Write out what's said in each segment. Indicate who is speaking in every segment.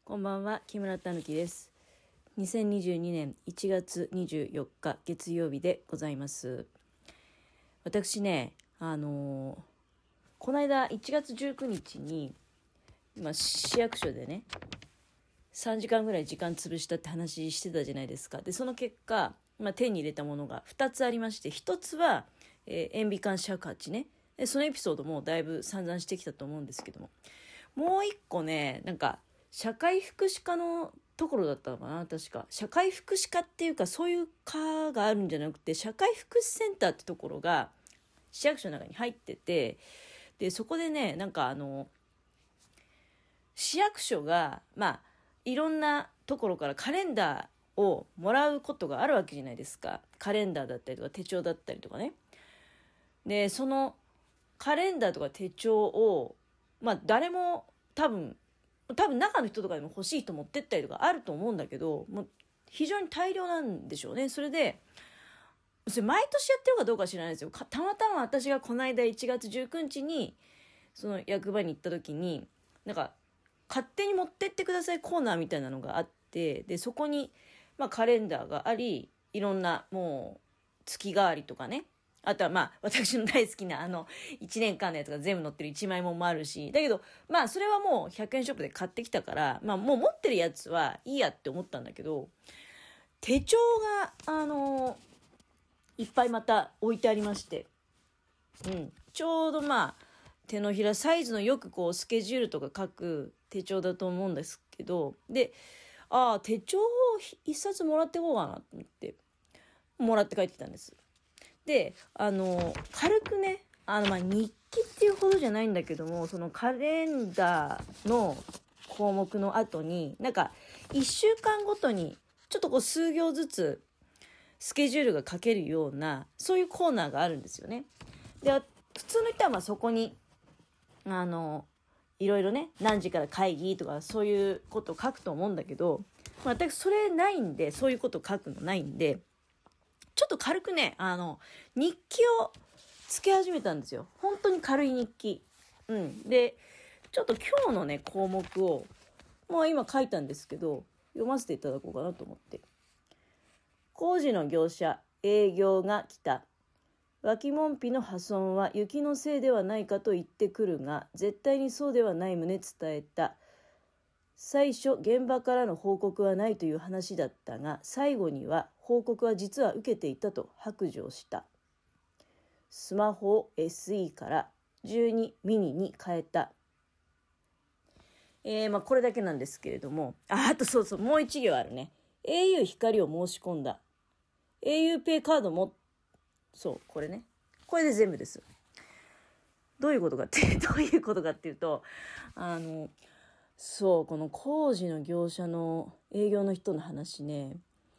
Speaker 1: こんばんは、木村たぬきです。2022年1月24日月曜日でございます。私ね、この間1月19日に、市役所でね、3時間ぐらい時間潰したって話してたじゃないですか。で、その結果、手に入れたものが2つありまして、1つは、塩ビ管尺八ね。で、そのエピソードもだいぶ散々してきたと思うんですけども、もう1個ね、社会福祉課のところだったのかな、確か。社会福祉課っていうか、そういう課があるんじゃなくて、社会福祉センターってところが市役所の中に入ってて、で、そこでね、市役所が、いろんなところからカレンダーをもらうことがあるわけじゃないですか。カレンダーだったりとか手帳だったりとかね。で、そのカレンダーとか手帳を、誰も多分中の人とかでも欲しい人持ってったりとかあると思うんだけど、もう非常に大量なんでしょうね。それで、それ毎年やってるかどうか知らないですよ。たまたま私がこの間1月19日に、その役場に行った時に、勝手に持ってってくださいコーナーみたいなのがあって、で、そこに、カレンダーがあり、いろんな、もう、月替わりとかね、あとは私の大好きな1年間のやつが全部載ってる1枚もんもあるし、だけど、それはもう100円ショップで買ってきたから、もう持ってるやつはいいやって思ったんだけど、手帳が、いっぱいまた置いてありまして、ちょうど手のひらサイズのよくこうスケジュールとか書く手帳だと思うんですけど、で、手帳を一冊もらってこうかなと思って、もらって帰ってきたんです。で、軽くね、日記っていうほどじゃないんだけども、そのカレンダーの項目の後に、1週間ごとに、ちょっとこう数行ずつ、スケジュールが書けるような、そういうコーナーがあるんですよね。で、普通の人はそこに、いろいろね、何時から会議とか、そういうことを書くと思うんだけど、私それないんで、そういうこと書くのないんで、ちょっと軽くね、日記をつけ始めたんですよ。本当に軽い日記。で、ちょっと今日のね、項目を、もう今書いたんですけど、読ませていただこうかなと思って。工事の業者、営業が来た。脇門扉の破損は雪のせいではないかと言ってくるが、絶対にそうではない旨伝えた。最初現場からの報告はないという話だったが、最後には報告は実は受けていたと白状した。スマホを SE から12ミニに変えた。これだけなんですけれども、あとそうそう、もう一行あるね。au 光を申し込んだ。au ペイカードも、そう、これね。これで全部です。どういうことかっていうと、そう、この工事の業者の営業の人の話ね、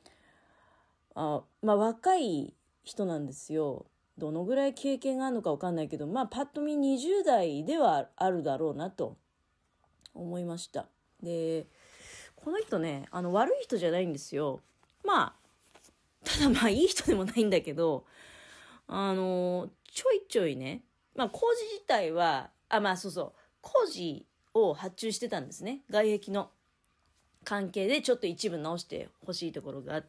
Speaker 1: 若い人なんですよ。どのぐらい経験があるのかわかんないけど、パッと見20代ではあるだろうなと思いました。で、この人ね、悪い人じゃないんですよ。ただいい人でもないんだけど、ちょいちょいね、工事自体は、そうそう、工事を発注してたんですね。外壁の関係でちょっと一部直してほしいところがあって、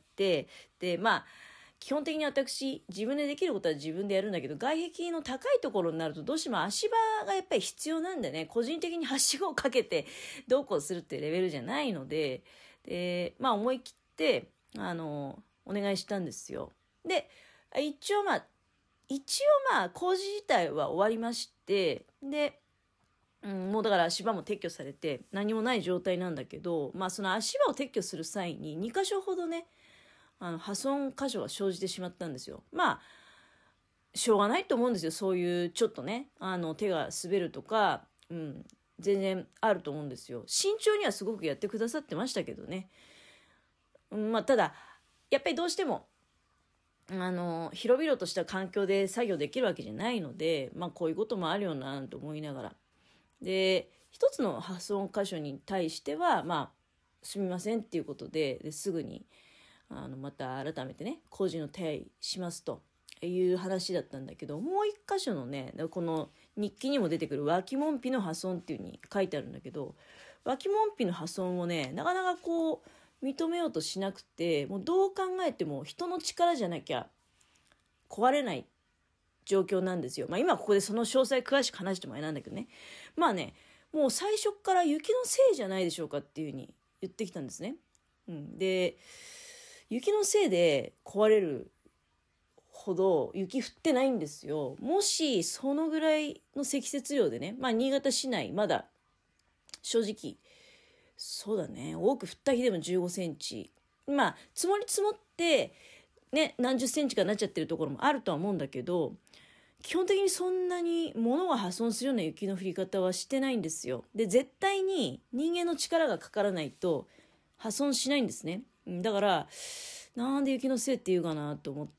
Speaker 1: で、基本的に私、自分でできることは自分でやるんだけど、外壁の高いところになるとどうしても足場がやっぱり必要なんでね、個人的にはしごをかけてどうこうするっていうレベルじゃないので、思い切って、お願いしたんですよ。で、一応工事自体は終わりまして、で、もうだから足場も撤去されて何もない状態なんだけど、その足場を撤去する際に2箇所ほどね、破損箇所が生じてしまったんですよ。しょうがないと思うんですよ。そういうちょっとね、手が滑るとか、全然あると思うんですよ。慎重にはすごくやってくださってましたけどね。ただ、やっぱりどうしても、広々とした環境で作業できるわけじゃないので、こういうこともあるよなと思いながら。で、一つの破損箇所に対しては、すみませんっていうことですぐに、また改めてね、工事の手配しますという話だったんだけど、もう一箇所のね、この日記にも出てくる脇門扉の破損っていう風に書いてあるんだけど、 脇門扉の破損をね、なかなかこう、認めようとしなくて、もうどう考えても人の力じゃなきゃ壊れない状況なんですよ。まあ今ここでその詳細詳しく話してもあれなんだけどね。まあね、もう最初から雪のせいじゃないでしょうかっていうふうに言ってきたんですね。で、雪のせいで壊れるほど雪降ってないんですよ。もしそのぐらいの積雪量でね、まあ新潟市内まだ正直そうだね、多く降った日でも15センチ、まあ積もり積もってね何十センチかなっちゃってるところもあるとは思うんだけど、基本的にそんなに物が破損するような雪の降り方はしてないんですよ。で絶対に人間の力がかからないと破損しないんですね。だからなんで雪のせいって言うかなと思って、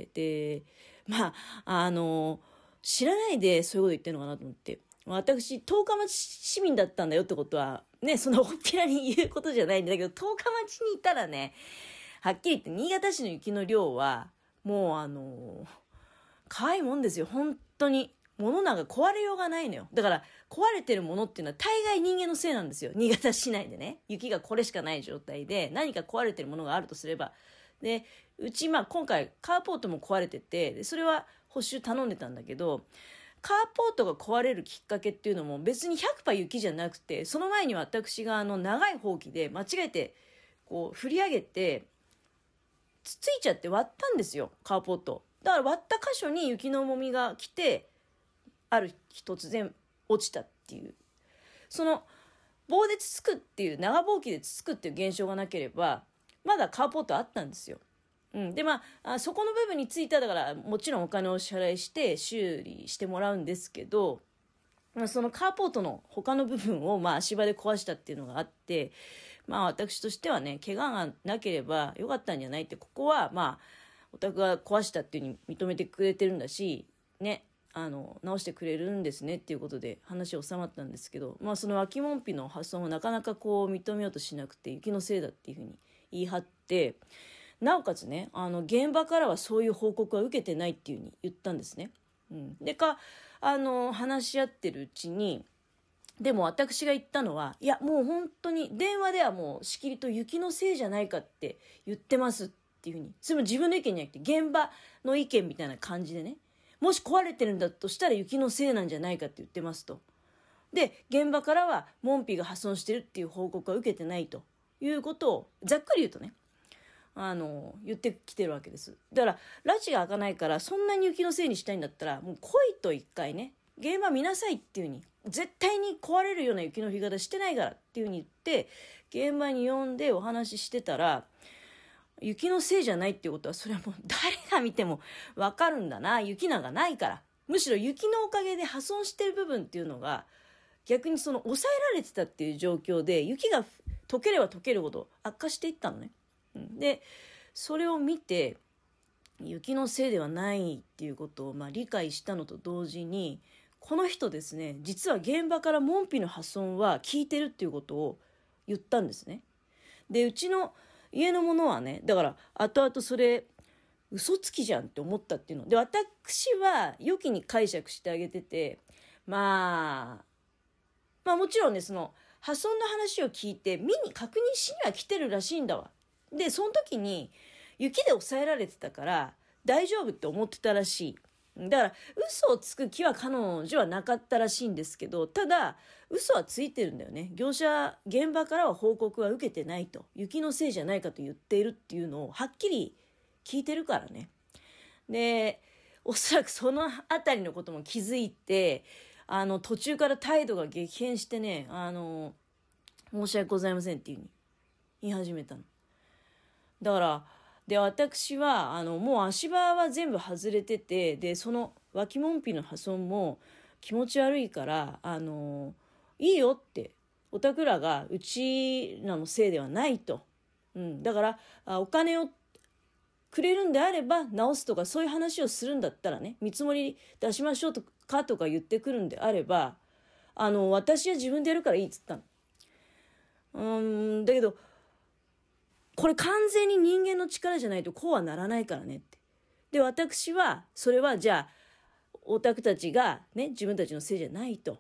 Speaker 1: でまあ知らないでそういうこと言ってるのかなと思って、私十日町市民だったんだよってことはね、そんな大っぴらに言うことじゃないんだけど、十日町にいたらね、はっきり言って新潟市の雪の量はもう可愛いもんですよ。本当に物なんか壊れようがないのよ。だから壊れてるものっていうのは大概人間のせいなんですよ。新潟市内でね、雪がこれしかない状態で何か壊れてるものがあるとすれば、でうち今回カーポートも壊れてて、でそれは補修頼んでたんだけど、カーポートが壊れるきっかけっていうのも別に100%雪じゃなくて、その前に私が長いほうきで間違えてこう振り上げてつついちゃって割ったんですよ、カーポート。だから割った箇所に雪の重みが来て、ある日突然落ちたっていう、その棒でつつくっていう、長ぼうきでつつくっていう現象がなければまだカーポートあったんですよ。でそこの部分についてはだからもちろんお金を支払いして修理してもらうんですけど、そのカーポートの他の部分を足場で壊したっていうのがあって、私としてはね、怪我がなければよかったんじゃないって、ここはお宅が壊したっていう風に認めてくれてるんだしね、直してくれるんですねっていうことで話収まったんですけど、その脇門扉の破損をなかなかこう認めようとしなくて、雪のせいだっていうふうに言い張って、なおかつね、現場からはそういう報告は受けてないっていうふうに言ったんですね。で話し合ってるうちに、でも私が言ったのは、いやもう本当に電話ではもうしきりと雪のせいじゃないかって言ってますっていうふうに、それも自分の意見じゃなくて現場の意見みたいな感じでね、もし壊れてるんだとしたら雪のせいなんじゃないかって言ってますと。で現場からは門扉が破損してるっていう報告は受けてないということをざっくり言うとね、言ってきてるわけです。だから拉致が開かないから、そんなに雪のせいにしたいんだったらもう来いと一回ね、現場見なさいっていう風に、絶対に壊れるような雪の降り方してないからっていう風に言って現場に呼んでお話ししてたら、雪のせいじゃないっていうことはそれはもう誰が見ても分かるんだな、雪なんかないから。むしろ雪のおかげで破損してる部分っていうのが逆にその抑えられてたっていう状況で、雪が溶ければ溶けるほど悪化していったのね。でそれを見て雪のせいではないっていうことを理解したのと同時に、この人ですね、実は現場から門扉の破損は聞いてるっていうことを言ったんですね。でうちの家のものはね、だから後々それ嘘つきじゃんって思ったっていうので、私は良きに解釈してあげてて、もちろんね、その破損の話を聞いて見に確認しには来てるらしいんだわ。でその時に雪で抑えられてたから大丈夫って思ってたらしい。だから嘘をつく気は彼女はなかったらしいんですけど、ただ嘘はついてるんだよね。現場からは報告は受けてないと、雪のせいじゃないかと言っているっていうのをはっきり聞いてるからね。でおそらくそのあたりのことも気づいて、途中から態度が激変してね、申し訳ございませんっていう風に言い始めたの。だから私はもう足場は全部外れてて、でその脇門扉の破損も気持ち悪いからいいよって、おたくらがうちらのせいではないと、だからお金をくれるんであれば直すとか、そういう話をするんだったらね、見積もり出しましょうとか言ってくるんであれば私は自分でやるからいいっつったの。だけどこれ完全に人間の力じゃないとこうはならないからねって。で私はそれはじゃあオタクたちがね、自分たちのせいじゃないと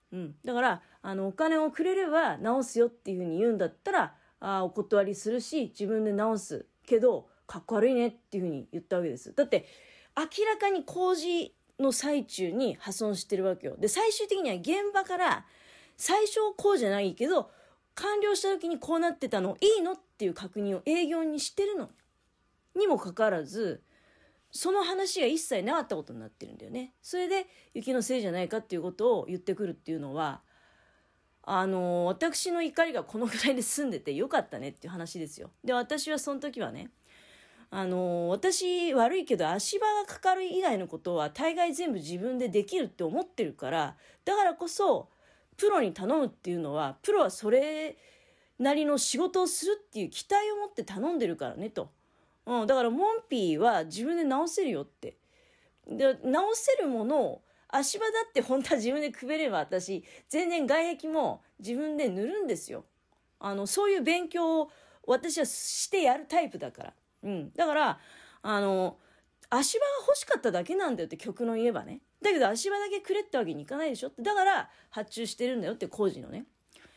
Speaker 1: だから、お金をくれれば直すよっていうふうに言うんだったら、お断りするし、自分で直すけど、かっこ悪いねっていうふうに言ったわけです。だって、明らかに工事の最中に破損してるわけよ。で、最終的には現場から、最初こうじゃないけど、完了した時にこうなってたのいいのっていう確認を営業にしてるの。にもかかわらず、その話が一切なかったことになってるんだよね。それで雪のせいじゃないかっていうことを言ってくるっていうのは、私の怒りがこのぐらいで済んでてよかったねっていう話ですよ。で、私はその時はね、私悪いけど足場がかかる以外のことは大概全部自分でできるって思ってるから、だからこそプロに頼むっていうのは、プロはそれなりの仕事をするっていう期待を持って頼んでるからねと。だからモンピーは自分で直せるよって。で、直せるものを、足場だって本当は自分でくべれば私、全然外壁も自分で塗るんですよ。そういう勉強を私はしてやるタイプだから。だから、足場が欲しかっただけなんだよって曲の言えばね。だけど足場だけくれってわけにいかないでしょって。だから発注してるんだよって工事のね。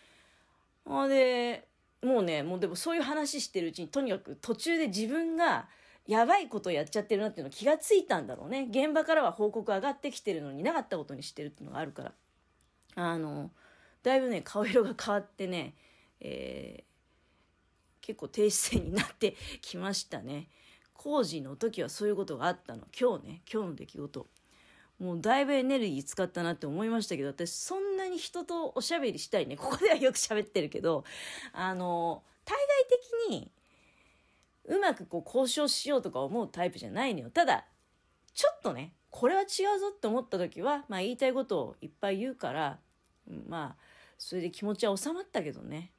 Speaker 1: で、もうね、もうでもそういう話してるうちにとにかく途中で自分がやばいことをやっちゃってるなっていうの気がついたんだろうね。現場からは報告上がってきてるのになかったことにしてるっていうのがあるから。だいぶね、顔色が変わってね、結構低姿勢になってきましたね。工事の時はそういうことがあったの。今日の出来事。もうだいぶエネルギー使ったなって思いましたけど、私そんなに人とおしゃべりしたいね。ここではよく喋ってるけど、対外的にうまく交渉しようとか思うタイプじゃないのよ。ただ、ちょっとね、これは違うぞって思った時は、言いたいことをいっぱい言うから、それで気持ちは収まったけどね。